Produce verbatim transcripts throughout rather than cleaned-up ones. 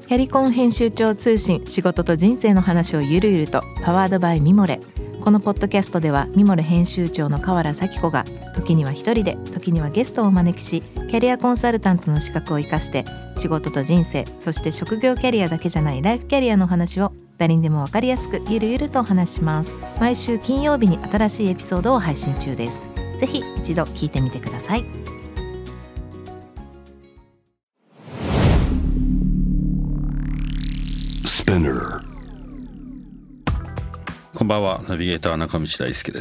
キャリコン編集長通信、仕事と人生の話をゆるゆると、パワードバイミモレ。このポッドキャストではミモレ編集長の河原咲子が時には一人で、時にはゲストをお招きし、キャリアコンサルタントの資格を生かして仕事と人生、そして職業キャリアだけじゃないライフキャリアの話を誰にでも分かりやすくゆるゆるとお話します。毎週金曜日に新しいエピソードを配信中です。ぜひ一度聞いてみてください。 こんばんは、ナビゲーター中道大輔です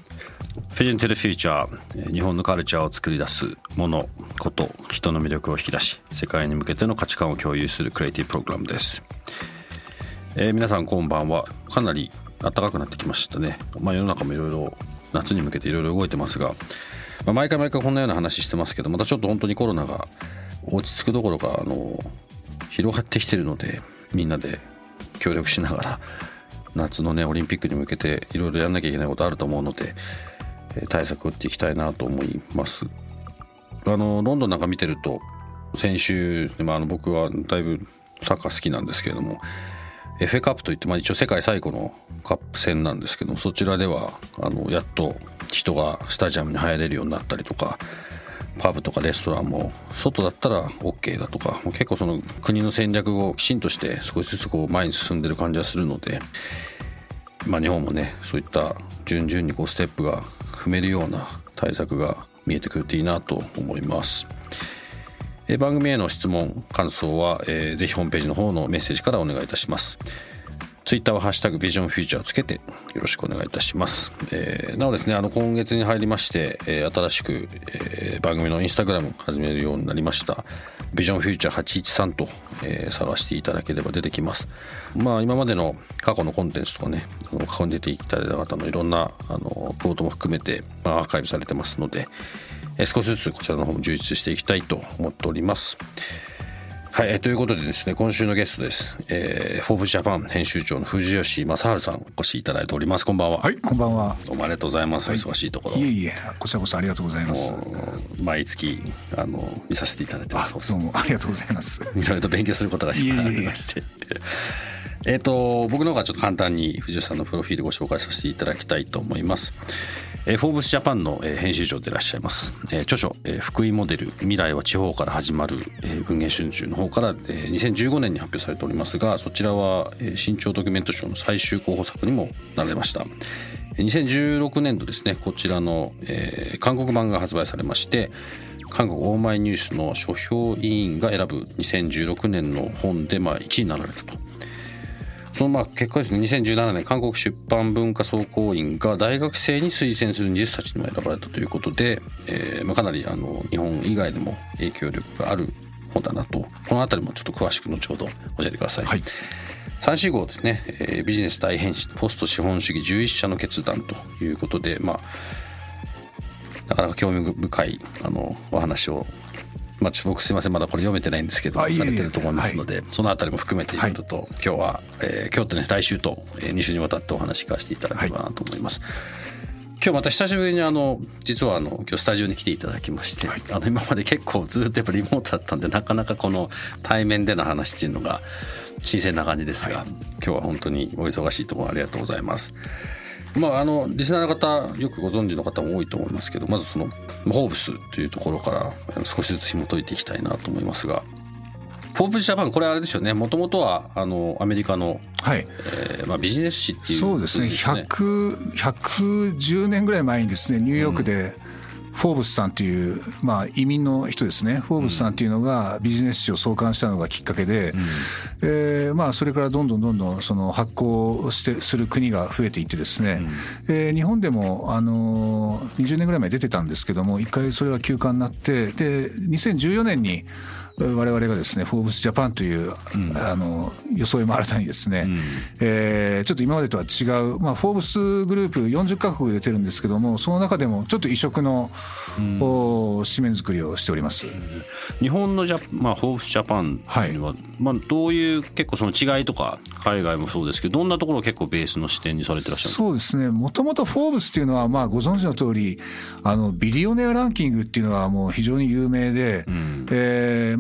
。Vision to the Future、 日本のカルチャーを作り出すもの、こと、人の魅力を引き出し、世界に向けての価値観を共有するクリエイティブプログラムです。えー、皆さんこんばんは。かなり暖かくなってきましたね。まあ、世の中もいろいろ夏に向けていろいろ動いてますが、まあ、毎回毎回こんなような話してますけど、またちょっと本当にコロナが落ち着くどころかあの広がってきてるので、みんなで協力しながら夏のねオリンピックに向けていろいろやんなきゃいけないことあると思うので、対策を打っていきたいなと思います。あのロンドンなんか見てると、先週、まあ、あの僕はだいぶサッカー好きなんですけれども、 エフエー カップといって、まあ、一応世界最古のカップ戦なんですけども、そちらではあのやっと人がスタジアムに入れるようになったりとか、パブとかレストランも外だったら OK だとか、結構その国の戦略をきちんとして少しずつこう前に進んでる感じがするので、まあ、日本もねそういった順々にこうステップが踏めるような対策が見えてくるといいなと思います。え番組への質問感想は、えー、ぜひホームページの方のメッセージからお願いいたします。ツイッターはハッシュタグビジョンフューチャーをつけてよろしくお願いいたします。えー、なおですね、あの今月に入りまして、えー、新しく、えー、番組のインスタグラム始めるようになりました。ビジョンフューチャーはちいちさんと、えー、探していただければ出てきます。まあ今までの過去のコンテンツとかね、あの過去に出ていただいた方のいろんなあのコードも含めて、まあ、アーカイブされてますので、えー、少しずつこちらの方も充実していきたいと思っております。はい、ということでですね、今週のゲストです。えー、フォーブスジャパン編集長の藤吉正治さんお越しいただいております。こんばんは。 はい、こんばんは。 どうもありがとうございます。はい、忙しいところ。 いえいえ、こちらこそありがとうございます。 毎月あの見させていただいてます。 どうもありがとうございます。 いろいろと勉強することがいっぱいありまして。いえいえいええっと僕の方からちょっと簡単に藤吉さんのプロフィールご紹介させていただきたいと思います。フォーブスジャパンの編集長でいらっしゃいます。著書福井モデル未来は地方から始まる文藝春秋の方からにせんじゅうごねんに発表されておりますが、そちらは新潮ドキュメント賞の最終候補作にもなられました。にせんじゅうろくねん度ですね、こちらの韓国版が発売されまして、韓国オーマイニュースの書評委員が選ぶにせんじゅうろくねんの本でまあいちいになられたと。そのまあ結果ですね、にせんじゅうななねん韓国出版文化総工員が大学生に推薦するにじゅっさつにも選ばれたということで、えーまあ、かなりあの日本以外でも影響力がある本だなと。このあたりもちょっと詳しく後ほど教えてください。はい、さんし号ですね、えー、ビジネス大変身ポスト資本主義じゅういっしゃの決断ということで、まあ、なかなか興味深いあのお話を、まあ、僕すいませんまだこれ読めてないんですけどされてると思いますので、はい、そのあたりも含めていろいろと、はい、今日は、えー、今日とね来週と、えー、に週にわたってお話聞かせていただければなと思います。はい、今日また久しぶりにあの実はあの今日スタジオに来ていただきまして、はい、あの今まで結構ずっとやっぱリモートだったんでなかなかこの対面での話っていうのが新鮮な感じですが、はい、今日は本当にお忙しいところありがとうございます。まあ、あのリスナーの方よくご存知の方も多いと思いますけど、まずそのフォーブスというところから少しずつ紐解いていきたいなと思いますが、フォーブスジャパンこれあれですよね、もともとはあのアメリカの、はいえーまあ、ビジネス誌っていう、 そうですね、ひゃく、ひゃくじゅうねんぐらい前にですねニューヨークで、うんフォーブスさんという、まあ、移民の人ですね、フォーブスさんというのがビジネス誌を創刊したのがきっかけで、うんえーまあ、それからどんどんどんどんその発行してする国が増えていってですね、うんえー、日本でも、あのー、にじゅうねんぐらい前出てたんですけども、一回それが休刊になって、でにせんじゅうよねんに我々がですねフォーブスジャパンという、うん、あの装いも新たにですね、うんえー、ちょっと今までとは違う、まあ、フォーブスグループよんじゅっかこく出てるんですけども、その中でもちょっと異色の、うん、紙面作りをしております。 日本のジャ、まあ、フォーブスジャパンには、はいまあ、どういう結構その違いとか海外もそうですけど、どんなところを結構ベースの視点にされてらっしゃるんですか？ そうですね、もともとフォーブスっていうのはまあご存知の通りあのビリオネアランキングっていうのはもう非常に有名で、うんえーまあ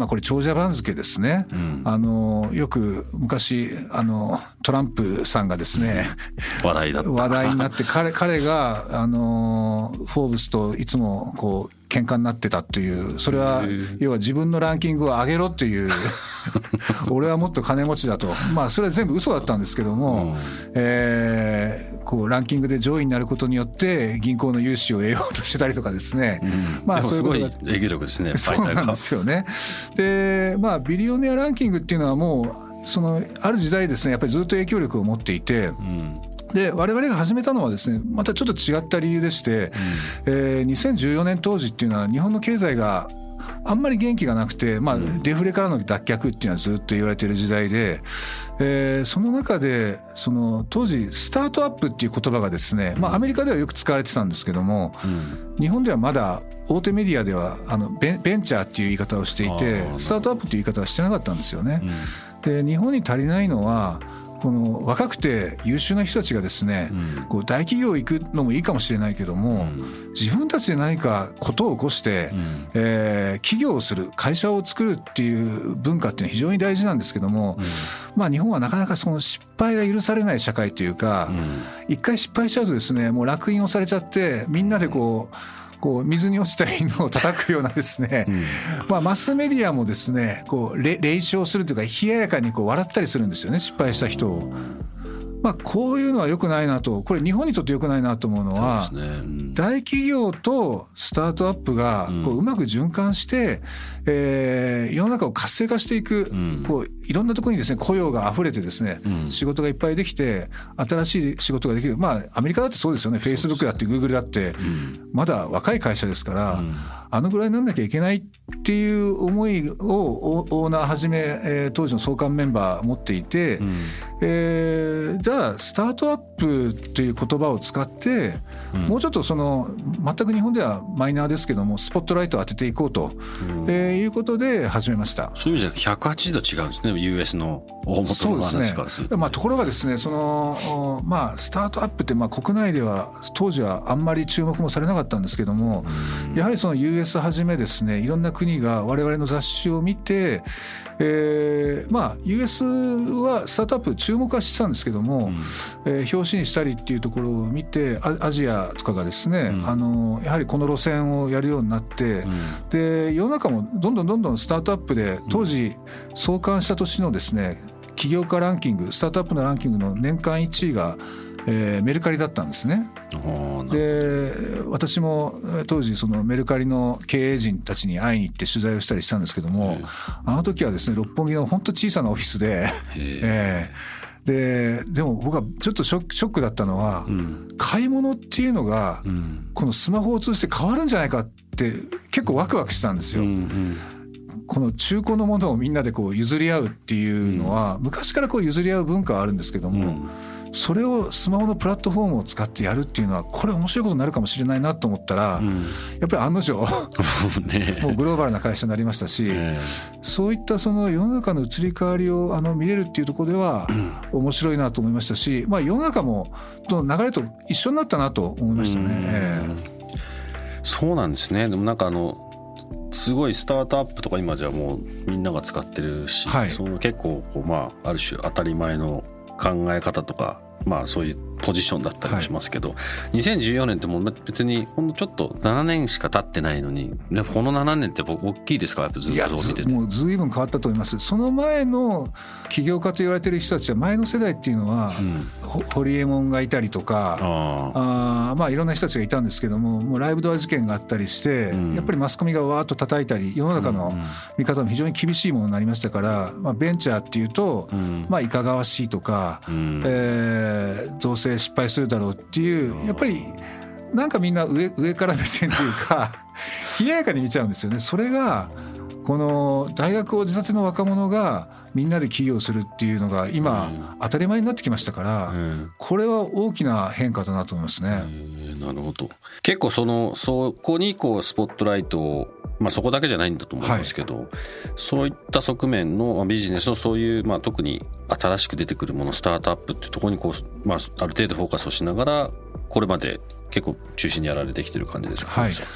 これ長者番付ですね、うん、あのよく昔あのトランプさんがですね話題だった話題になって彼彼があのフォーブスといつもこう喧嘩になってたという、それは要は自分のランキングを上げろっていう俺はもっと金持ちだと、まあそれは全部嘘だったんですけども、うんえー、こうランキングで上位になることによって銀行の融資を得ようとしてたりとかですね、 うん、まあそういうことがすごい営業力ですね。 そうなんですよね。でまあビリオネアランキングっていうのはもうそのある時代ですねやっぱりずっと影響力を持っていて、うんで我々が始めたのはですねまたちょっと違った理由でして、うんえー、にせんじゅうよねん当時っていうのは日本の経済があんまり元気がなくて、まあ、デフレからの脱却っていうのはずっと言われている時代で、えー、その中でその当時スタートアップっていう言葉がですね、まあ、アメリカではよく使われてたんですけども、うん、日本ではまだ大手メディアではあのベン、ベンチャーっていう言い方をしていてスタートアップっていう言い方はしてなかったんですよね、うん、で日本に足りないのはこの若くて優秀な人たちがですね、うん、こう大企業行くのもいいかもしれないけども、うん、自分たちで何かことを起こして、うんえー、起業をする会社を作るっていう文化っていうのは非常に大事なんですけども、うん、まあ日本はなかなかその失敗が許されない社会というか、うん、一回失敗しちゃうとですねもう烙印をされちゃってみんなでこうこう水に落ちた犬を叩くようなですね、うんまあ、マスメディアもですねこう冷笑するというか冷ややかにこう笑ったりするんですよね失敗した人を。まあ、こういうのは良くないなとこれ日本にとって良くないなと思うのはそうですねうん、 大企業とスタートアップがこううまく循環して、うんえー、世の中を活性化していく、うん、こういろんなところにですね雇用があふれてですね、うん、仕事がいっぱいできて新しい仕事ができるまあアメリカだってそうですよね Facebook だって Google だって、うん、まだ若い会社ですから、うん、あのぐらいになんなきゃいけないっていう思いをオーナーはじめ、えー、当時の創刊メンバー持っていて、うんえー、じゃあスタートアップという言葉を使って、うん、もうちょっとその全く日本ではマイナーですけどもスポットライトを当てていこうと、うんえー、いうことで始めました。 そういう意味じゃひゃくはちじゅうど違うんですね ユーエス の大元の話からすると、 ねまあ、ところがですねその、まあ、スタートアップってまあ国内では当時はあんまり注目もされなかったんですけども、うん、やはりその ユーエス はじめですねいろんな国が我々の雑誌を見て、えー、まあ ユーエス はスタートアップ注目はしてたんですけども、うんえー、表紙にしたりっていうところを見て ア, アジアとかがですね、うん、あのやはりこの路線をやるようになって、うん、で世の中もどんどんどんどんスタートアップで当時創刊した年のですね起業家ランキングスタートアップのランキングの年間いちいがえー、メルカリだったんですね。で私も当時そのメルカリの経営陣たちに会いに行って取材をしたりしたんですけどもあの時はですね六本木の本当小さなオフィスで、えー、で, でも僕はちょっとショック、ショックだったのは、うん、買い物っていうのが、うん、このスマホを通じて変わるんじゃないかって結構ワクワクしたんですよ、うんうんこの中古のものをみんなでこう譲り合うっていうのは、うん、昔からこう譲り合う文化はあるんですけども、うん、それをスマホのプラットフォームを使ってやるっていうのはこれ面白いことになるかもしれないなと思ったら、うん、やっぱり案の定ね、もうグローバルな会社になりましたし、ね、そういったその世の中の移り変わりをあの見れるっていうところでは面白いなと思いましたし、まあ、世の中もとの流れと一緒になったなと思いましたね、うんえー、そうなんですね。でもなんかあのすごいスタートアップとか今じゃもうみんなが使ってるし、はい、その結構こう、まあ、ある種当たり前の考え方とか、まあ、そういうポジションだったりもしますけど、はい、にせんじゅうよねんってもう別にほんのちょっとななねんしか経ってないのにこのななねんって大きいですかやっぱずっと見てて。 いやもうずいぶん変わったと思います。その前の起業家と言われてる人たちは前の世代っていうのは、うん、ホリエモンがいたりとかああまあいろんな人たちがいたんですけどももうライブドア事件があったりして、うん、やっぱりマスコミがわーっと叩いたり世の中の見方も非常に厳しいものになりましたから、まあ、ベンチャーっていうと、うんまあ、いかがわしいとか、うんえー、どうせ失敗するだろうっていうやっぱりなんかみんな 上, 上から目線というか冷ややかに見ちゃうんですよね。それがこの大学を出たての若者がみんなで起業するっていうのが今当たり前になってきましたから、うん、これは大きな変化だなと思いますね。 なるほど。結構そのそこにこうスポットライトを、まあ、そこだけじゃないんだと思いますけど、はい、そういった側面のビジネスのそういう、まあ、特に新しく出てくるものスタートアップっていうところにこう、まあ、ある程度フォーカスをしながらこれまで結構中心にやられてきてる感じですか、 はい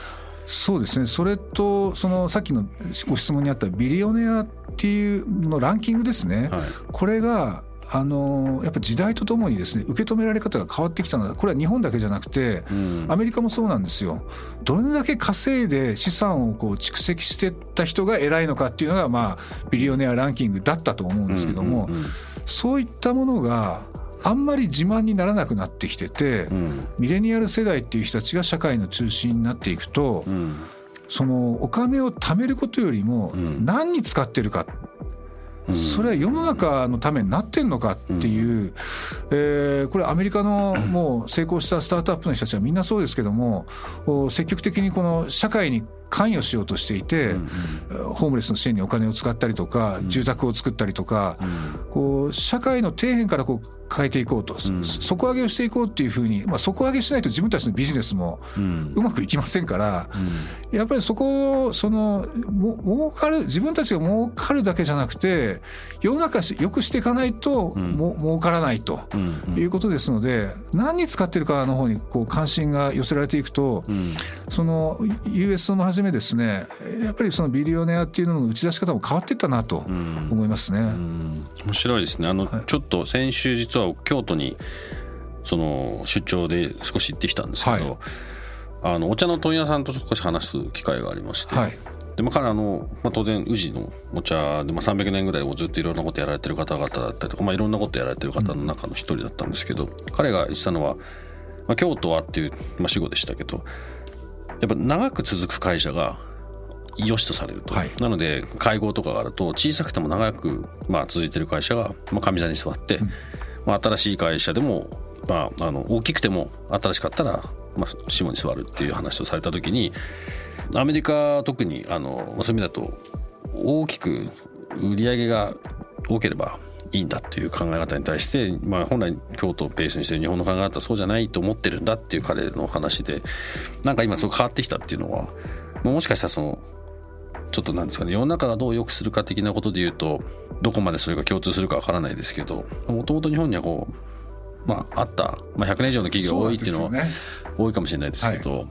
そうですね。それとそのさっきのご質問にあったビリオネアっていうのランキングですね、はい、これがあのやっぱ時代とともにですね受け止められ方が変わってきたのはこれは日本だけじゃなくて、うん、アメリカもそうなんですよ。どれだけ稼いで資産をこう蓄積してった人が偉いのかっていうのが、まあ、ビリオネアランキングだったと思うんですけども、うんうんうん、そういったものがあんまり自慢にならなくなってきてて、うん、ミレニアル世代っていう人たちが社会の中心になっていくと、うん、そのお金を貯めることよりも何に使ってるか、うん、それは世の中のためになってんのかっていう、うん、えー、これアメリカのもう成功したスタートアップの人たちはみんなそうですけども、積極的にこの社会に関与しようとしていて、うんうん、ホームレスの支援にお金を使ったりとか、うん、住宅を作ったりとか、うん、こう社会の底辺からこう変えていこうと、うん、底上げをしていこうっていうふうに、まあ、底上げしないと自分たちのビジネスもうまくいきませんから、うん、やっぱりそこをそのも儲かる自分たちが儲かるだけじゃなくて世の中良くしていかないと、うん、も儲からないということですので、何に使ってるかの方にこう関心が寄せられていくと、うん、その ユーエス をはじめですね、やっぱりそのビリオネアっていうのの打ち出し方も変わっていったなと思いますね。うんうん、 面白いですね。あの、はい、ちょっと先週実は京都にその出張で少し行ってきたんですけど、はい、あのお茶の問屋さんと少し話す機会がありまして、はい、でまあ、彼あの、まあ、当然宇治のお茶で、まあ、さんびゃくねんぐらいをずっといろんなことやられてる方々だったりとか、まあ、いろんなことやられてる方の中の一人だったんですけど、うん、彼が言ってたのは、まあ、京都はっていう、まあ、主語でしたけど、やっぱ長く続く会社が良しとされると、はい、なので会合とかがあると小さくても長く、まあ、続いてる会社が、まあ、上座に座って、うん、まあ、新しい会社でも、まあ、あの大きくても新しかったら、まあ、下に座るっていう話をされた時に、アメリカ特にあのそういう意味だと大きく売り上げが多ければいいんだっていう考え方に対して、まあ、本来京都をベースにしてる日本の考え方はそうじゃないと思ってるんだっていう彼の話で、なんか今そう変わってきたっていうのは、もしかしたらそのちょっとなんですかね、世の中がどう良くするか的なことで言うとどこまでそれが共通するかわからないですけど、もともと日本にはこう、まあ、あった、まあ、ひゃくねん以上の企業が多いっていうのは多いかもしれないですけど、はい、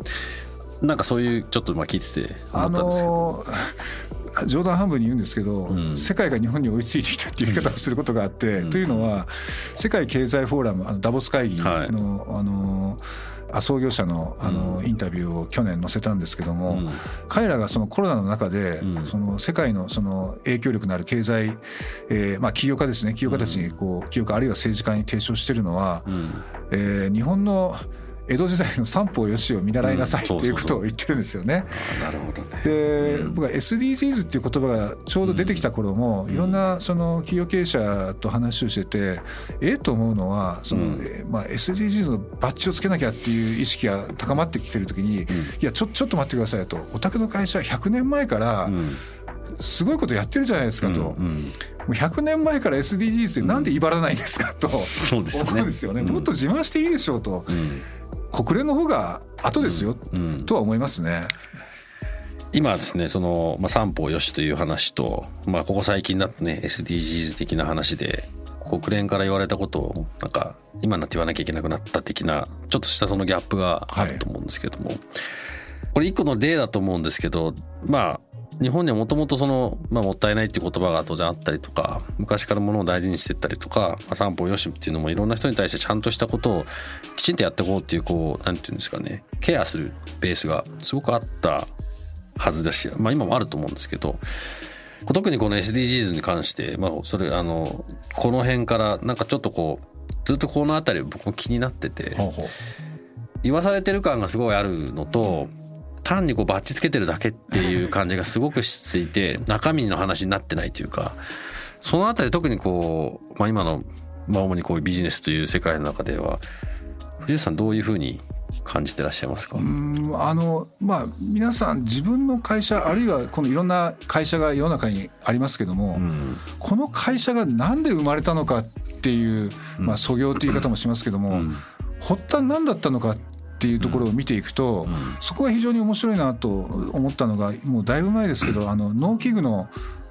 なんかそういうちょっとまあ聞いてて思ったんですけど、 あのー、冗談半分に言うんですけど、うん、世界が日本に追いついてきたっていう言い方をすることがあって、うん、というのは世界経済フォーラム、あのダボス会議の、はい、あのー創業者 の, あのインタビューを去年載せたんですけども、うん、彼らがそのコロナの中で、うん、その世界 の, その影響力のある経済、えーまあ、起業家ですね、起業家たちにこう起業家あるいは政治家に提唱しているのは、うん、えー、日本の江戸時代の三方よしを見習いなさい、うん、っていうことを言ってるんですよね。 なるほどね。 で、うん、僕は エスディージーズ っていう言葉がちょうど出てきた頃も、うん、いろんなその企業経営者と話をしてて、ええと思うのはその、うんまあ、エスディージーズ のバッジをつけなきゃっていう意識が高まってきてる時に、うん、いやちょ、ちょっと待ってくださいと、お宅の会社ひゃくねんまえからすごいことやってるじゃないですかと、うんうん、もうひゃくねんまえから エスディージーズ ってなんで威張らないんですかと、うん、そうですよね、思うんですよね。もっと自慢していいでしょうと、うん、国連の方が後ですよ、うんうん、とは思いますね。 今ですね、その、まあ、三方よしという話と、まあ、ここ最近だとね エスディージーズ 的な話で国連から言われたことをなんか今になって言わなきゃいけなくなった的なちょっとしたそのギャップがあると思うんですけども、はい、これ一個の例だと思うんですけど、まあ日本にはもともとその、まあ、もったいないっていう言葉が当然あったりとか、昔からものを大事にしていったりとか、まあ、三方よしっていうのもいろんな人に対してちゃんとしたことをきちんとやっていこうっていう、こうなんていうんですかね、ケアするベースがすごくあったはずだし、まあ今もあると思うんですけど、特にこの エスディージーズ に関して、まあそれあのこの辺からなんかちょっとこうずっとこのあたり僕も気になってて、ほうほう、言わされてる感がすごいあるのと、単にこうバッチつけてるだけっていう感じがすごくしていて、中身の話になってないというか、そのあたり特にこう、まあ、今の、まあ、主にこういうビジネスという世界の中では藤井さんどういうふうに感じてらっしゃいますか？うーん、あのまあ皆さん自分の会社、あるいはこのいろんな会社が世の中にありますけども、うん、この会社がなんで生まれたのかっていう、まあ、創業という言い方もしますけども、うん、発端何だったのかっていうところを見ていくと、うんうん、そこが非常に面白いなと思ったのが、もうだいぶ前ですけど、あの農機具の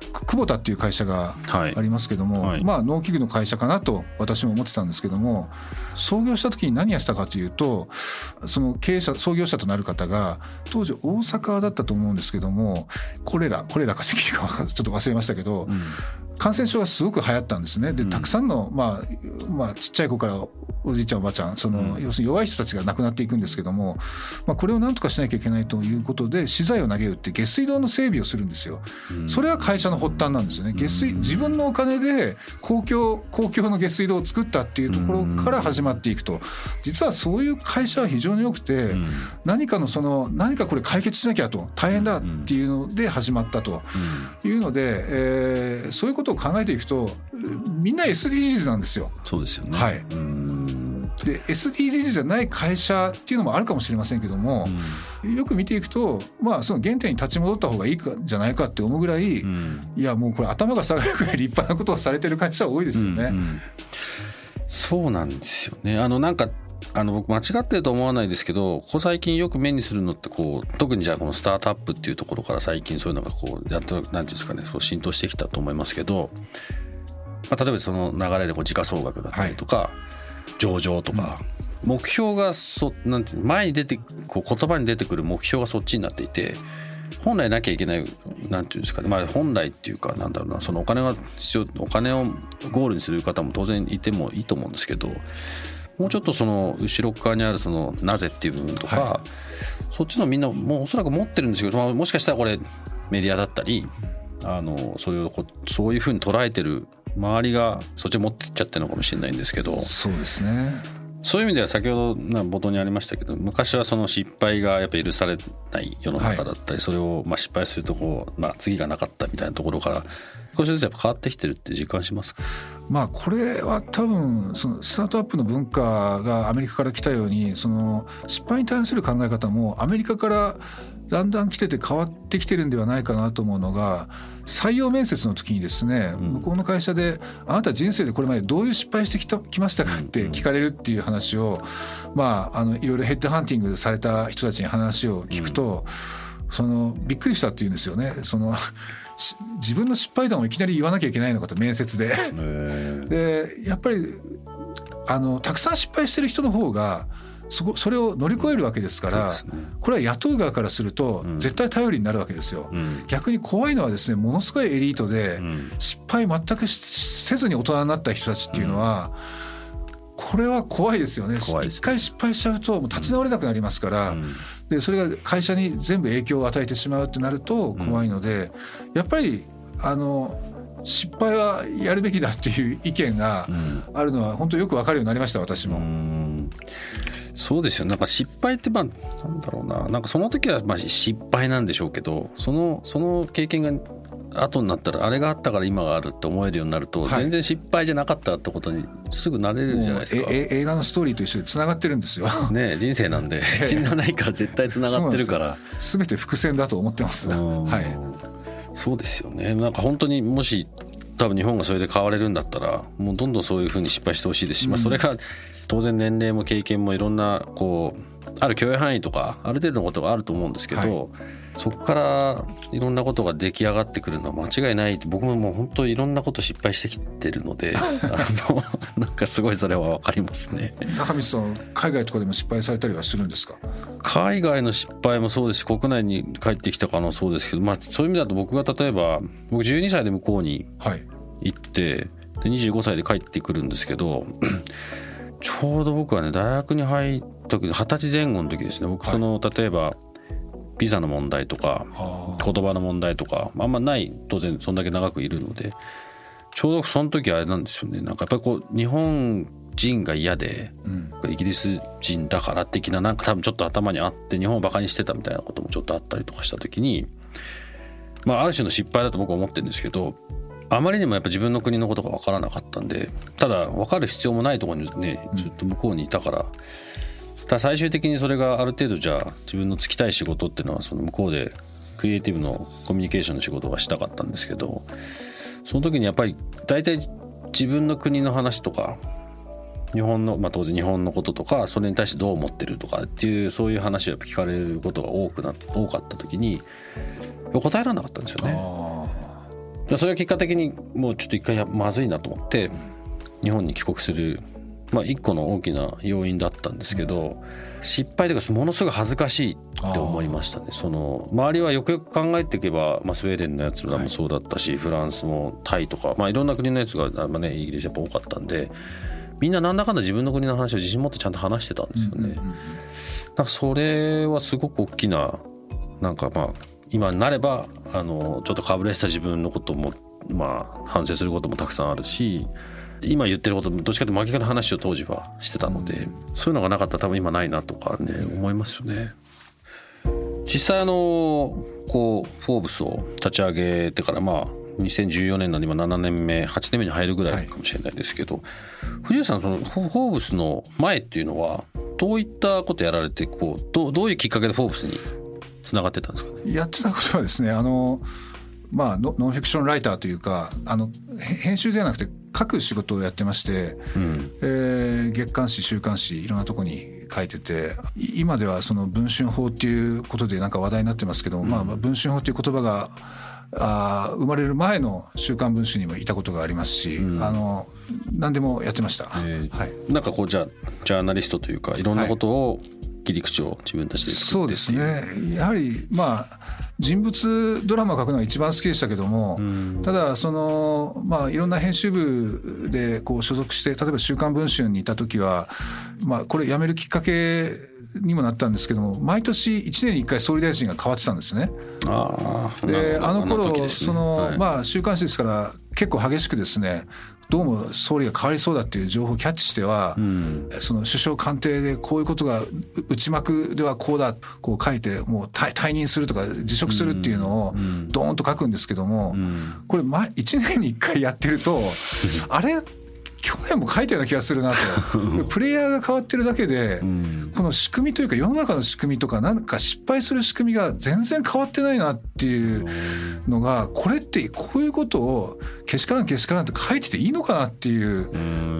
久保田っていう会社がありますけども、 はいはい、 まあ農機具の会社かなと私も思ってたんですけども、創業した時に何やってたかというと、その経営者創業者となる方が当時大阪だったと思うんですけども、コレラコレラか赤痢かちょっと忘れましたけど、うん、感染症がすごく流行ったんですね。でたくさんの、まあまあ、ちっちゃい子からおじいちゃんおばあちゃん、その、うん、要するに弱い人たちが亡くなっていくんですけども、まあ、これを何とかしなきゃいけないということで資材を投げるって下水道の整備をするんですよ。うん、それは会社の発端なんですよね。下水自分のお金で公共公共の下水道を作ったっていうところから始まっていくと、実はそういう会社は非常に多くて、うん、何かのその何かこれ解決しなきゃと大変だっていうので始まったというので、えー、そういうことを考えていくとみんな エスディージーズ なんですよ。 そうですよね。 はい。うんで エスディージーズ じゃない会社っていうのもあるかもしれませんけども、うん、よく見ていくと、まあ、その原点に立ち戻った方がいいかじゃないかって思うぐらい、うん、いやもうこれ頭が下がるぐらい立派なことをされてる会社は多いですよね。うんうん、 そうなんですよね。あのなんかあの僕間違ってると思わないですけど、ここ最近よく目にするのってこう特にじゃあこのスタートアップっていうところから最近そういうのがこうやっとなんていうんですかね、そう浸透してきたと思いますけど、まあ、例えばその流れでこう時価総額だったりとか、はい、上場とか、うん、目標がそなんて前に出てこう言葉に出てくる目標がそっちになっていて、本来なきゃいけないなんていうんですかね、まあ、本来っていうかなんだろうな、そのお金が必要、お金をゴールにする方も当然いてもいいと思うんですけど、もうちょっとその後ろ側にあるそのなぜっていう部分とか、はい、そっちのみんなもうおそらく持ってるんですけど、まあ、もしかしたらこれメディアだったりあのそれをこそういうふうに捉えてる周りがそっちに持ってっちゃってるのかもしれないんですけど、 そうですね。 そういう意味では先ほど冒頭にありましたけど、昔はその失敗がやっぱり許されない世の中だったり、はい、それをまあ失敗するとこう、まあ、次がなかったみたいなところから少しずつやっぱ変わってきてるって実感しますか？ まあこれは多分そのスタートアップの文化がアメリカから来たように、その失敗に対する考え方もアメリカからだんだん来てて変わってきてるんではないかなと思うのが、採用面接の時にですね、うん、向こうの会社であなた人生でこれまでどういう失敗してきたきましたかって聞かれるっていう話を、まあ、あのいろいろヘッドハンティングされた人たちに話を聞くと、うん、そのびっくりしたっていうんですよね。その自分の失敗談をいきなり言わなきゃいけないのかと、面接ででやっぱりあのたくさん失敗してる人の方がそこそれを乗り越えるわけですから、うんね、これは雇う側からすると絶対頼りになるわけですよ、うん、逆に怖いのはですね、ものすごいエリートで失敗全くせずに大人になった人たちっていうのは、これは怖いですよね。一回失敗しちゃうともう立ち直れなくなりますから、うん、でそれが会社に全部影響を与えてしまうってなると怖いので、うん、やっぱりあの失敗はやるべきだっていう意見があるのは本当によく分かるようになりました、私も。うん、 そうですよ。なんか失敗ってまあなんだろうな、なんかその時はまあ失敗なんでしょうけど、そのその経験が後になったらあれがあったから今があるって思えるようになると、全然失敗じゃなかったってことにすぐなれるじゃないですか。 え映画のストーリーと一緒でつながってるんですよね。人生なんで死なないから絶対つながってるから全て伏線だと思ってます。はい、 そうですよね。なんか本当にもし多分日本がそれで変われるんだったらもうどんどんそういうふうに失敗してほしいですし、うん、まあ、それが当然年齢も経験もいろんなこうある許容範囲とかある程度のことがあると思うんですけど、はい、そこからいろんなことが出来上がってくるのは間違いない。僕ももう本当にいろんなこと失敗してきてるのであのなんかすごいそれは分かりますね。 中道さん、海外とかでも失敗されたりはするんですか？ 海外の失敗もそうですし、国内に帰ってきたかもそうですけど、まあ、そういう意味だと僕が例えば僕じゅうにさいで向こうに行って、はい、でにじゅうごさいで帰ってくるんですけどちょうど僕はね大学に入った時、はたちぜん後の時ですね。僕その、はい、例えばビザの問題とか言葉の問題とかあんまない当然そんだけ長くいるので、ちょうどその時あれなんですよね。なんかやっぱりこう日本人が嫌で、うん、イギリス人だから的ななんか多分ちょっと頭にあって日本をバカにしてたみたいなこともちょっとあったりとかした時に、まあある種の失敗だと僕は思ってるんですけど、あまりにもやっぱ自分の国のことが分からなかったんで、ただ分かる必要もないところにねずっと向こうにいたから、ただ最終的にそれがある程度じゃあ自分の就きたい仕事っていうのはその向こうでクリエイティブのコミュニケーションの仕事がしたかったんですけど、その時にやっぱり大体自分の国の話とか日本の、まあ、当然日本のこととかそれに対してどう思ってるとかっていうそういう話をやっぱ聞かれることが多くな多かった時に答えられなかったんですよね。 それが結果的にもうちょっと一回まずいなと思って日本に帰国する、まあ、一個の大きな要因だったんですけど、失敗というかものすごい恥ずかしいって思いましたね。その周りはよくよく考えていけば、まあ、スウェーデンのやつらもそうだったし、はい、フランスもタイとか、まあ、いろんな国のやつが、まあね、イギリスやっぱ多かったんで、みんななんだかんだ自分の国の話を自信持ってちゃんと話してたんですよね。うんうんうん、なんかそれはすごく大きな、なんかまあ今になればあのちょっとかぶれした自分のこともまあ反省することもたくさんあるし、今言ってることどっちかというと負け方の話を当時はしてたので、そういうのがなかったら多分今ないなとかね思いますよね。実際あのこうフォーブスを立ち上げてからまあにせんじゅうよねんなんで今ななねんめはちねんめに入るぐらいかもしれないですけど、はい、藤吉さんそのフォーブスの前っていうのはどういったことやられてこう ど, どういうきっかけでフォーブスにつながってたんですかね。 やってたことはですね、あのまあノンフィクションライターというか、あの編集ではなくて書く仕事をやってまして、うん、えー、月刊誌週刊誌いろんなとこに書いてて、今ではその文春法っていうことでなんか話題になってますけど、うん、まあ文春法っていう言葉があ生まれる前の週刊文春にもいたことがありますし、うん、あの何でもやってました。 えーはい、なんかこうじゃあジャーナリストというかいろんなことを、はい、切り口を自分たちで作ってっていう。 そうですね。やはりまあ人物ドラマを書くのが一番好きでしたけども、うん、ただそのまあいろんな編集部でこう所属して、例えば週刊文春にいた時は、まあこれ辞めるきっかけにもなったんですけども、毎年いちねんにいっかい総理大臣が変わってたんですね。 あであの頃あの時ですね、 その、 はい、まあ週刊誌ですから結構激しくですね、どうも総理が変わりそうだっていう情報をキャッチしては、うん、その首相官邸でこういうことが内幕ではこうだこう書いてもう 退, 退任するとか辞職するっていうのをドーンと書くんですけども、うん、これいちねんにいっかいやってるとあれ去年も書いたような気がするなとプレイヤーが変わってるだけで、うん、この仕組みというか世の中の仕組みとかなんか失敗する仕組みが全然変わってないなっていうのが、これってこういうことをけしからんけしからんって書いてていいのかなっていう、うん、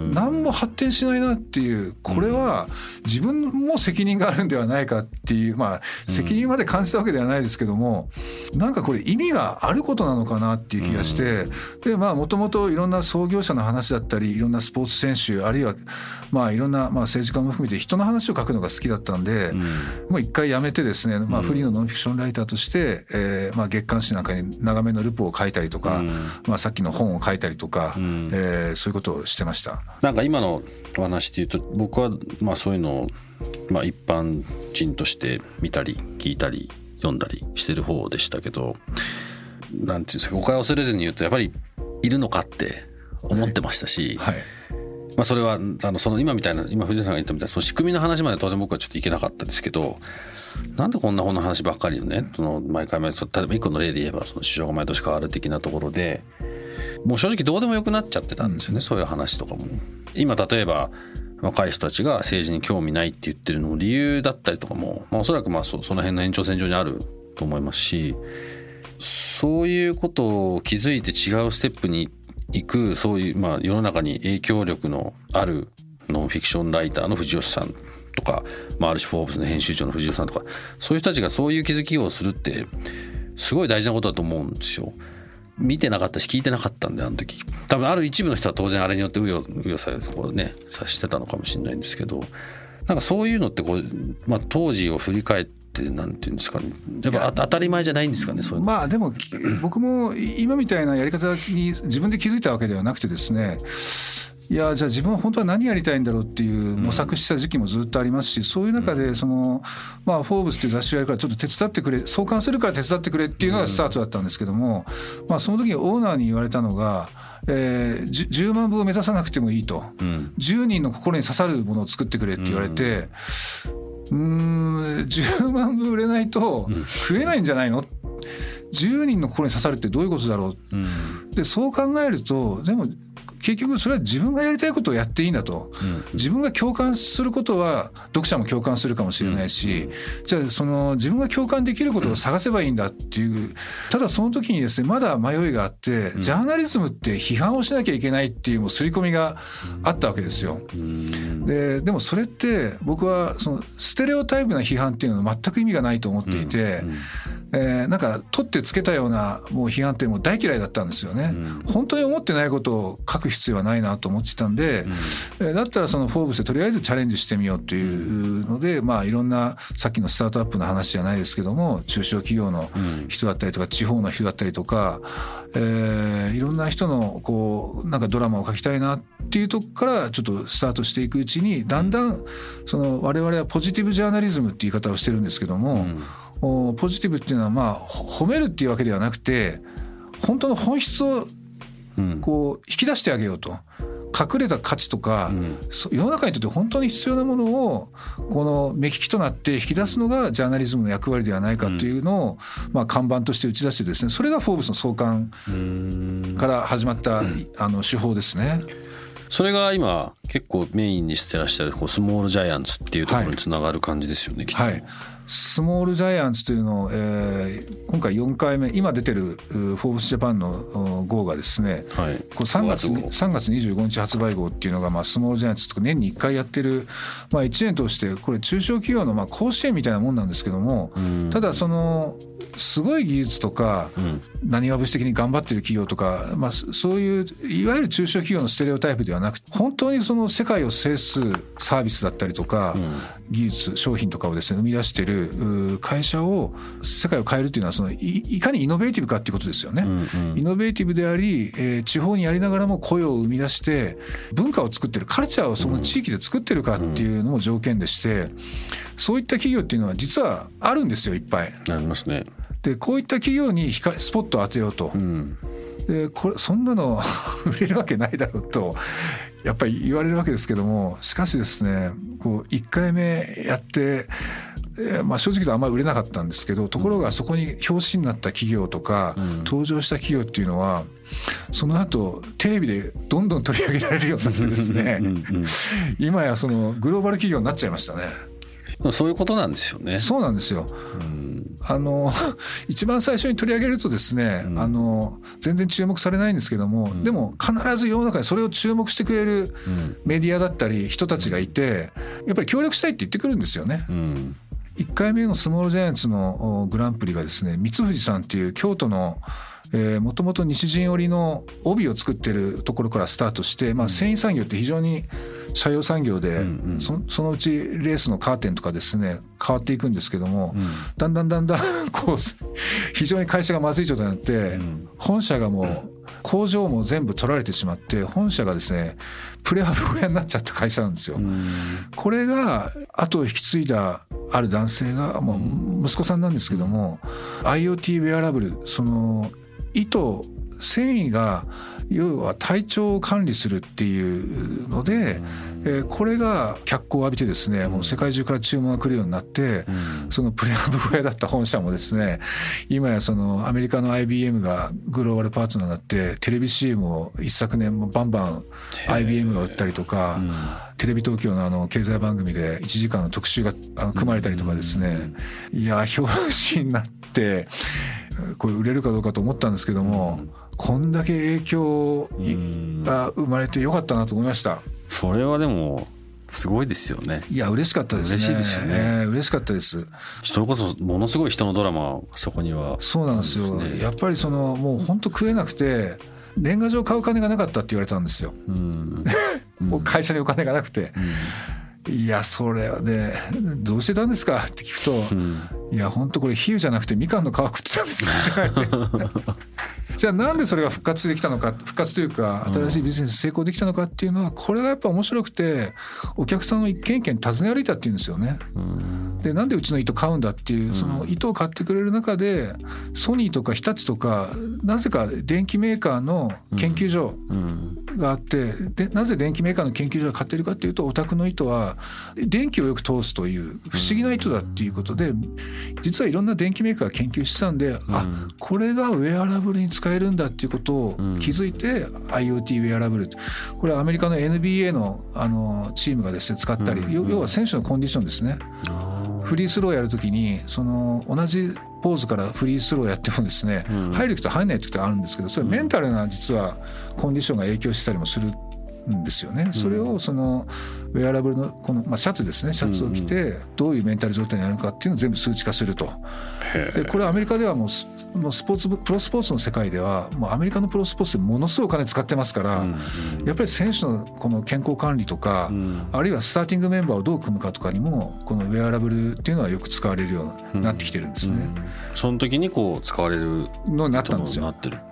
何も発展しないなっていう、これは自分も責任があるんではないかっていう、まあ責任まで感じたわけではないですけども、なんかこれ意味があることなのかなっていう気がして、でまあもともといろんな創業者の話だったりいろんなスポーツ選手あるいはまあいろんなまあ政治家も含めて人の話を書くのが好きだったんで、うん、もう一回やめてですね、まあフリーのノンフィクションライターとして、えー、まあ月刊誌なんかに長めのルポを書いたりとか、うん、まあさっきの本を書いたりとか、うん、えー、そういうことをしてました。 なんか今のお話でいうと僕はまあそういうのをまあ一般人として見たり聞いたり読んだりしてる方でしたけど、なんていうんですか、誤解を恐れずに言うとやっぱりいるのかって思ってましたし、はいはい、まあ、それはあのその今みたいな今藤田さんが言ったみたいなその仕組みの話まで当然僕はちょっといけなかったですけど、なんでこんな本の話ばっかりをね、その毎回毎回例えば一個の例で言えばその首相が毎年変わる的なところでもう正直どうでもよくなっちゃってたんですよね、うん、そういう話とかも。今例えば若い人たちが政治に興味ないって言ってるのも理由だったりとかも、まあ、おそらくまあ そ, その辺の延長線上にあると思いますし、そういうことを気づいて違うステップに行くそういう、まあ、世の中に影響力のあるノンフィクションライターの藤吉さんとか、まあ、ある種フォーブスの編集長の藤吉さんとか、そういう人たちがそういう気づきをするってすごい大事なことだと思うんですよ。見てなかったし聞いてなかったんで、あの時多分ある一部の人は当然あれによってうようよさこうね察してたのかもしれないんですけど、なんかそういうのってこう、まあ、当時を振り返ってなんていうんですかね、やっぱ当たり前じゃないんですかね、そういうの。 まあでも僕も今みたいなやり方に自分で気づいたわけではなくてですね、いやじゃあ自分は本当は何やりたいんだろうっていう模索した時期もずっとありますし、うん、そういう中でその、まあ、フォーブスっていう雑誌をやるからちょっと手伝ってくれ、創刊するから手伝ってくれっていうのがスタートだったんですけども、まあ、その時にオーナーに言われたのが、えー、じゅうまんぶを目指さなくてもいいと、うん、じゅうにんの心に刺さるものを作ってくれって言われて、うん、うーんじゅうまんぶ売れないと増えないんじゃないの、じゅうにんの心に刺さるってどういうことだろう、うん、でそう考えるとでも結局それは自分がやりたいことをやっていいんだと、うん、自分が共感することは読者も共感するかもしれないし、うん、じゃあその自分が共感できることを探せばいいんだっていう、ただその時にですねまだ迷いがあって、うん、ジャーナリズムって批判をしなきゃいけないっていうもう刷り込みがあったわけですよ、うん、で, でもそれって僕はそのステレオタイプな批判っていうのは全く意味がないと思っていて、うんうん、 えー、なんか取ってつけたようなもう批判ってもう大嫌いだったんですよね、うん、本当に思ってないことを書く必要はないなと思ってたんで、うん、えー、だったらそのフォーブスでとりあえずチャレンジしてみようというので、まあいろんなさっきのスタートアップの話じゃないですけども、中小企業の人だったりとか地方の人だったりとか、えー、いろんな人のこうなんかドラマを書きたいなっていうとこからちょっとスタートしていくうちに、だんだんその我々はポジティブジャーナリズムっていう言い方をしてるんですけども、うん、ポジティブっていうのはまあ褒めるっていうわけではなくて、本当の本質をこう引き出してあげようと、隠れた価値とか、うん、世の中にとって本当に必要なものをこの目利きとなって引き出すのがジャーナリズムの役割ではないかというのを、まあ、看板として打ち出してですね、それがフォーブスの創刊から始まったあの手法ですね。 それが今結構メインにしてらっしゃるこうスモールジャイアンツっていうところにつながる感じですよね、はい、きっと。はい、 スモールジャイアンツというのを、えー、今回よんかいめ、今出てるフォーブスジャパンの号がですね、はい、こうさんがつにじゅうごにち発売号っていうのが、まあ、スモールジャイアンツとか年にいっかいやってる、まあ、いちねん通してこれ中小企業のまあ甲子園みたいなもんなんですけども、ただそのすごい技術とか、うん、何わ節的に頑張ってる企業とか、まあ、そういういわゆる中小企業のステレオタイプではなくて、本当にその世界を制すサービスだったりとか、うん、技術商品とかをですね生み出している会社を、世界を変えるっていうのはその い, いかにイノベーティブかっていうことですよね、うんうん、イノベーティブであり、えー、地方にありながらも雇用を生み出して文化を作ってる、カルチャーをその地域で作ってるかっていうのも条件でして、そういった企業っていうのは実はあるんですよ、いっぱいありますね。 でこういった企業にスポットを当てようと、うん、でこれそんなの売れるわけないだろうとやっぱり言われるわけですけども、しかしですね、こういっかいめやって、えーまあ、正直言うとあんまり売れなかったんですけど、ところがそこに表紙になった企業とか、うん、登場した企業っていうのはその後テレビでどんどん取り上げられるようになってですねうん、うん、今やそのグローバル企業になっちゃいましたね。 そういうことなんですよね。 そうなんですよ、うん、あの一番最初に取り上げるとですね、うん、あの全然注目されないんですけども、うん、でも必ず世の中にそれを注目してくれるメディアだったり人たちがいて、やっぱり協力したいって言ってくるんですよね、うん、いっかいめのスモールジャイアンツのグランプリがですね、三藤さんっていう京都のもともと西陣織の帯を作ってるところからスタートして、まあ、繊維産業って非常に社用産業で、うんうん、そ, そのうちレースのカーテンとかですね変わっていくんですけども、うん、だんだんだんだんこう非常に会社がまずい状態になって、うん、本社がもう工場も全部取られてしまって、本社がですねプレハブ小屋になっちゃった会社なんですよ、うん、これが後を引き継いだある男性がもう息子さんなんですけども、うん、IoT ウェアラブル、その糸繊維が要は体調を管理するっていうので、えー、これが脚光を浴びてですね、もう世界中から注文が来るようになって、そのプレハブ小屋だった本社もですね、今やそのアメリカの アイビーエム がグローバルパートナーになってテレビ シーエム を一昨年もバンバン アイビーエム が売ったりとか、テレビ東京のあの経済番組でいちじかんの特集があの組まれたりとかですね、いや表紙になってこれ売れるかどうかと思ったんですけども、こんだけ影響が生まれてよかったなと思いました。 それはでもすごいですよね。 いや嬉しかったですね。 嬉しいですよね、 えー、嬉しかったです。 それこそものすごい人のドラマそこには、 そうなんですよ、やっぱりそのもう本当食えなくて年賀状買う金がなかったって言われたんですよ、うん、もう会社にお金がなくて、うん、いやそれはねどうしてたんですかって聞くと、うん、いや本当これ比喩じゃなくてみかんの皮食ってたんですよじゃあなんでそれが復活できたのか、復活というか新しいビジネス成功できたのかっていうのは、これがやっぱ面白くてお客さんを一軒一軒訪ね歩いたっていうんですよね。でなんでうちの糸買うんだっていう、その糸を買ってくれる中でソニーとか日立とかなぜか電機メーカーの研究所があって、でなぜ電機メーカーの研究所が買ってるかっていうと、お宅の糸は電気をよく通すという不思議な糸だっていうことで、実はいろんな電機メーカーが研究してたんで、あこれがウェアラブルに使えるんだっていうことを気づいて、うん、IoT ウェアラブル、これはアメリカの エヌビーエー の, あのチームがですね使ったり、うんうん、要は選手のコンディションですね。フリースローやるときにその同じポーズからフリースローやってもですね、うん、入る時と入らない時とあるんですけど、それメンタルな実はコンディションが影響したりもするんですよね。それをそのウェアラブルのこの、まあ、シャツですね、シャツを着てどういうメンタル状態になるのかっていうのを全部数値化すると。でこれはアメリカではもう、もうスポーツプロスポーツの世界ではもうアメリカのプロスポーツでものすごいお金使ってますから、やっぱり選手のこの健康管理とか、あるいはスターティングメンバーをどう組むかとかにもこのウェアラブルっていうのはよく使われるようになってきてるんですね。 その時にこう使われるのになったんですよ。 なってる。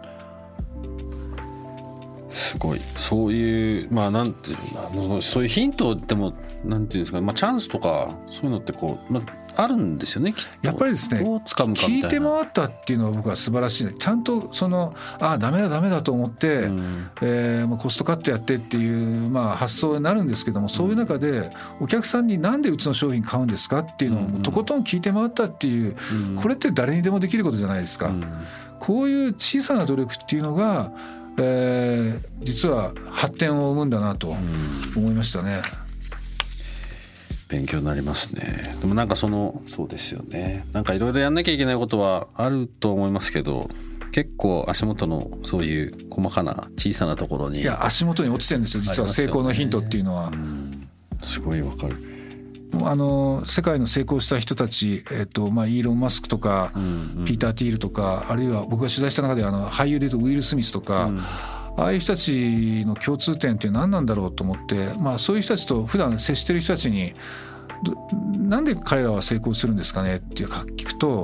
すごいそういうまあなんていうのそういうヒントでもなんていうんですか、まあ、チャンスとかそういうのってこう、まあ、あるんですよねきっと。 やっぱりですね、 どう掴むかみたいな。聞いて回ったっていうのは僕は素晴らしい。ちゃんとそのああダメだダメだと思って、うんえーまあ、コストカットやってっていう、まあ、発想になるんですけども、そういう中でお客さんになんでうちの商品買うんですかっていうのをとことん聞いて回ったっていう、うん、これって誰にでもできることじゃないですか、うん、こういう小さな努力っていうのがえー、実は発展を生むんだなと思いましたね。 勉強になりますね。でもなんかそのそうですよね、なんかいろいろやんなきゃいけないことはあると思いますけど、結構足元のそういう細かな小さなところにいや足元に落ちてるんですよ実は成功のヒントっていうのは、 うん、すごいわかる。 あの世界の成功した人たち、えっとまあ、イーロン・マスクとか、うんうん、ピーター・ティールとか、あるいは僕が取材した中であの俳優でいうとウィル・スミスとか、うん、ああいう人たちの共通点って何なんだろうと思って、まあ、そういう人たちと普段接してる人たちになんで彼らは成功するんですかねって聞くと、うん、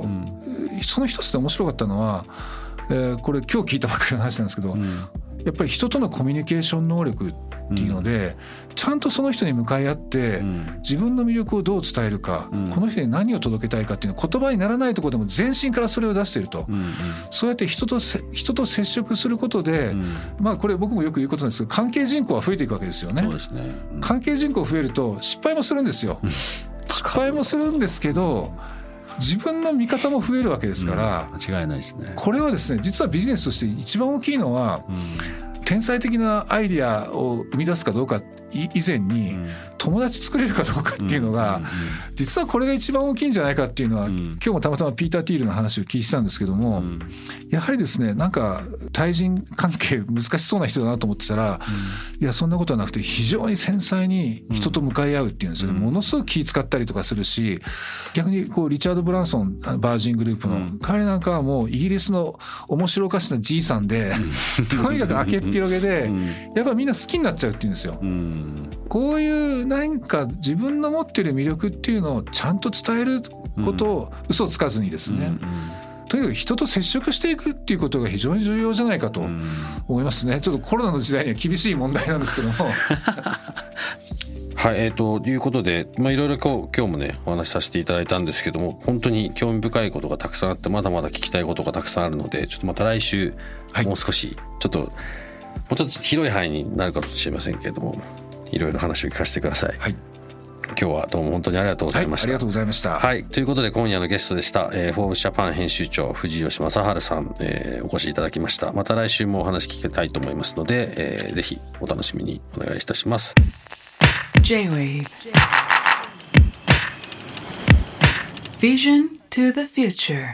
その一つで面白かったのは、えー、これ今日聞いたばっかりの話なんですけど、うん、やっぱり人とのコミュニケーション能力っていうので、うん、ちゃんとその人に向かい合って、うん、自分の魅力をどう伝えるか、うん、この人に何を届けたいかっていうのは言葉にならないところでも全身からそれを出していると、うんうん、そうやって人とせ人と接触することで、うん、まあこれ僕もよく言うことなんですけど、関係人口は増えていくわけですよね。 そうですね、うん、 関係人口増えると失敗もするんですよ失敗もするんですけど自分の味方も増えるわけですから、 うん、間違いないですね。 これはですね、実はビジネスとして一番大きいのは、うん、天才的なアイディアを生み出すかどうか以前に、うん、友達作れるかどうかっていうのが、うんうんうん、実はこれが一番大きいんじゃないかっていうのは、うん、今日もたまたまピーター・ティールの話を聞いてたんですけども、うん、やはりですね、なんか対人関係難しそうな人だなと思ってたら、うん、いやそんなことはなくて非常に繊細に人と向かい合うっていうんですよね、うん、ものすごく気遣ったりとかするし、逆にこうリチャード・ブランソンバージングループの、うん、彼なんかはもうイギリスの面白おかしなじいさんで、うん、とにかく明けっぴろげで、うん、やっぱみんな好きになっちゃうっていうんですよ、うん、こういう何か自分の持っている魅力っていうのをちゃんと伝えることを嘘つかずにですね、うんうん、とにかく人と接触していくっていうことが非常に重要じゃないかと思いますね。ちょっとコロナの時代には厳しい問題なんですけどもはい、えー、ということで、まあ、いろいろ今日、今日もねお話しさせていただいたんですけども、本当に興味深いことがたくさんあって、まだまだ聞きたいことがたくさんあるので、ちょっとまた来週もう少しちょっと、はい、もうちょっと広い範囲になるかもしれませんけれども、いろいろ話を聞かせてください。はい、今日はどうも本当にありがとうございました。 はい、ありがとうございました。 はい、ということで今夜のゲストでした、えー、フォーブスジャパン編集長藤吉正治さん、えー、お越しいただきました。また来週もお話聞きたいと思いますので、えー、ぜひお楽しみにお願いいたします。 J-Wave Vision to the Future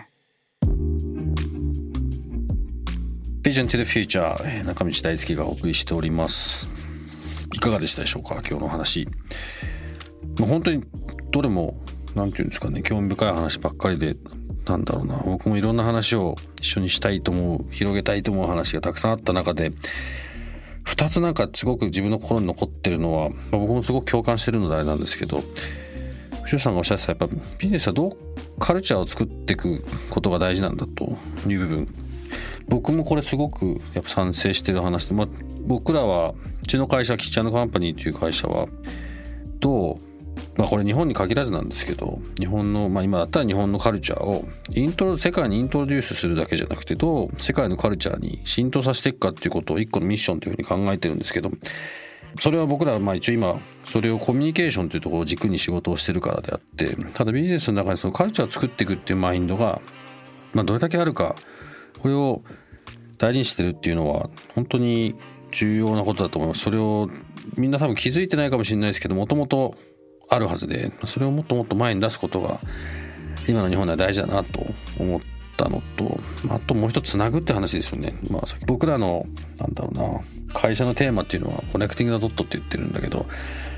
Vision to the Future、 中道大輔がお送りしております。いかがでしたでしょうか、今日の話。もう本当にどれもなんていうんですかね、興味深い話ばっかりで、なんだろうな、僕もいろんな話を一緒にしたいと思う、広げたいと思う話がたくさんあった中で、ふたつなんかすごく自分の心に残ってるのは、まあ、僕もすごく共感してるのであれなんですけど、藤吉さんがおっしゃってたやっぱビジネスはどうカルチャーを作っていくことが大事なんだという部分、僕もこれすごくやっぱ賛成してる話で、まあ、僕らはうちの会社キッチン&カンパニーという会社はどう、まあ、これ日本に限らずなんですけど、日本の、まあ、今だったら日本のカルチャーをイントロ世界にイントロデュースするだけじゃなくて、どう世界のカルチャーに浸透させていくかっていうことを一個のミッションというふうに考えてるんですけど、それは僕らはまあ一応今それをコミュニケーションというところを軸に仕事をしてるからであって、ただビジネスの中にそのカルチャーを作っていくっていうマインドが、まあ、どれだけあるか、これを大事にしてるっていうのは本当に重要なことだと思います。それをみんな多分気づいてないかもしれないですけど、もともとあるはずで、それをもっともっと前に出すことが今の日本では大事だなと思ったのと、あともう一つつなぐって話ですよね。まあ、僕らのなんだろうな、会社のテーマっていうのはコネクティング・ザ・ドットって言ってるんだけど、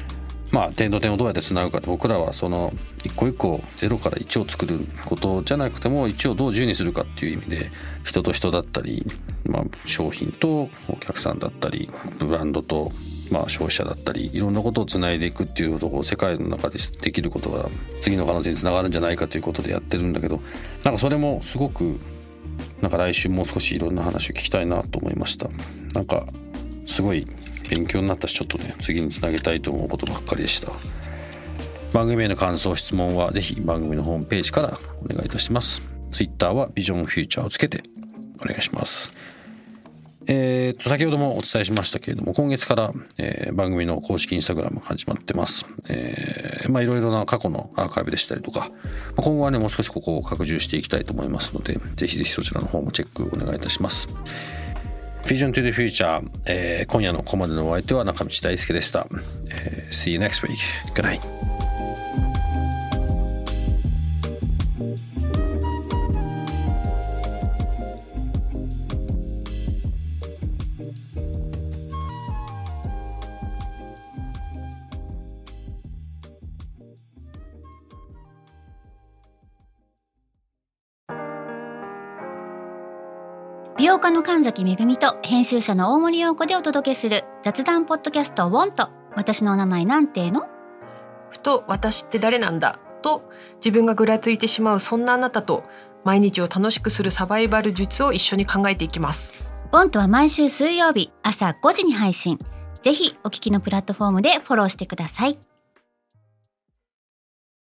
まあ点と点をどうやってつなぐかって、僕らはその一個一個ゼロからいちを作ることじゃなくても、いちをどうじゅうにするかっていう意味で、人と人だったり、まあ、商品とお客さんだったり、ブランドとまあ消費者だったり、いろんなことをつないでいくっていうことを世界の中でできることが次の可能性につながるんじゃないかということでやってるんだけど、なんかそれもすごくなんか来週もう少しいろんな話を聞きたいなと思いました。なんかすごい勉強になったし、ちょっとね次につなげたいと思うことばっかりでした。番組への感想質問はぜひ番組のホームページからお願いいたします。ツイッターはビジョンフューチャーをつけてお願いします。えー、と先ほどもお伝えしましたけれども、今月から、えー、番組の公式インスタグラムが始まってます。えー、まあいろいろな過去のアーカイブでしたりとか、今後はねもう少しここを拡充していきたいと思いますので、ぜひぜひそちらの方もチェックお願いいたします。Vision to the Future、えー、今夜のここまでのお相手は中道大輔でした。えー、See you next week. Good night. 美容家の神崎めぐみと編集者の大森洋子でお届けする雑談ポッドキャストウォンと、私のお名前なんての？ ふと私って誰なんだと自分がぐらついてしまう、そんなあなたと毎日を楽しくするサバイバル術を一緒に考えていきます。 ウォンとは毎週水曜日朝ごじに配信。ぜひお聞きのプラットフォームでフォローしてください。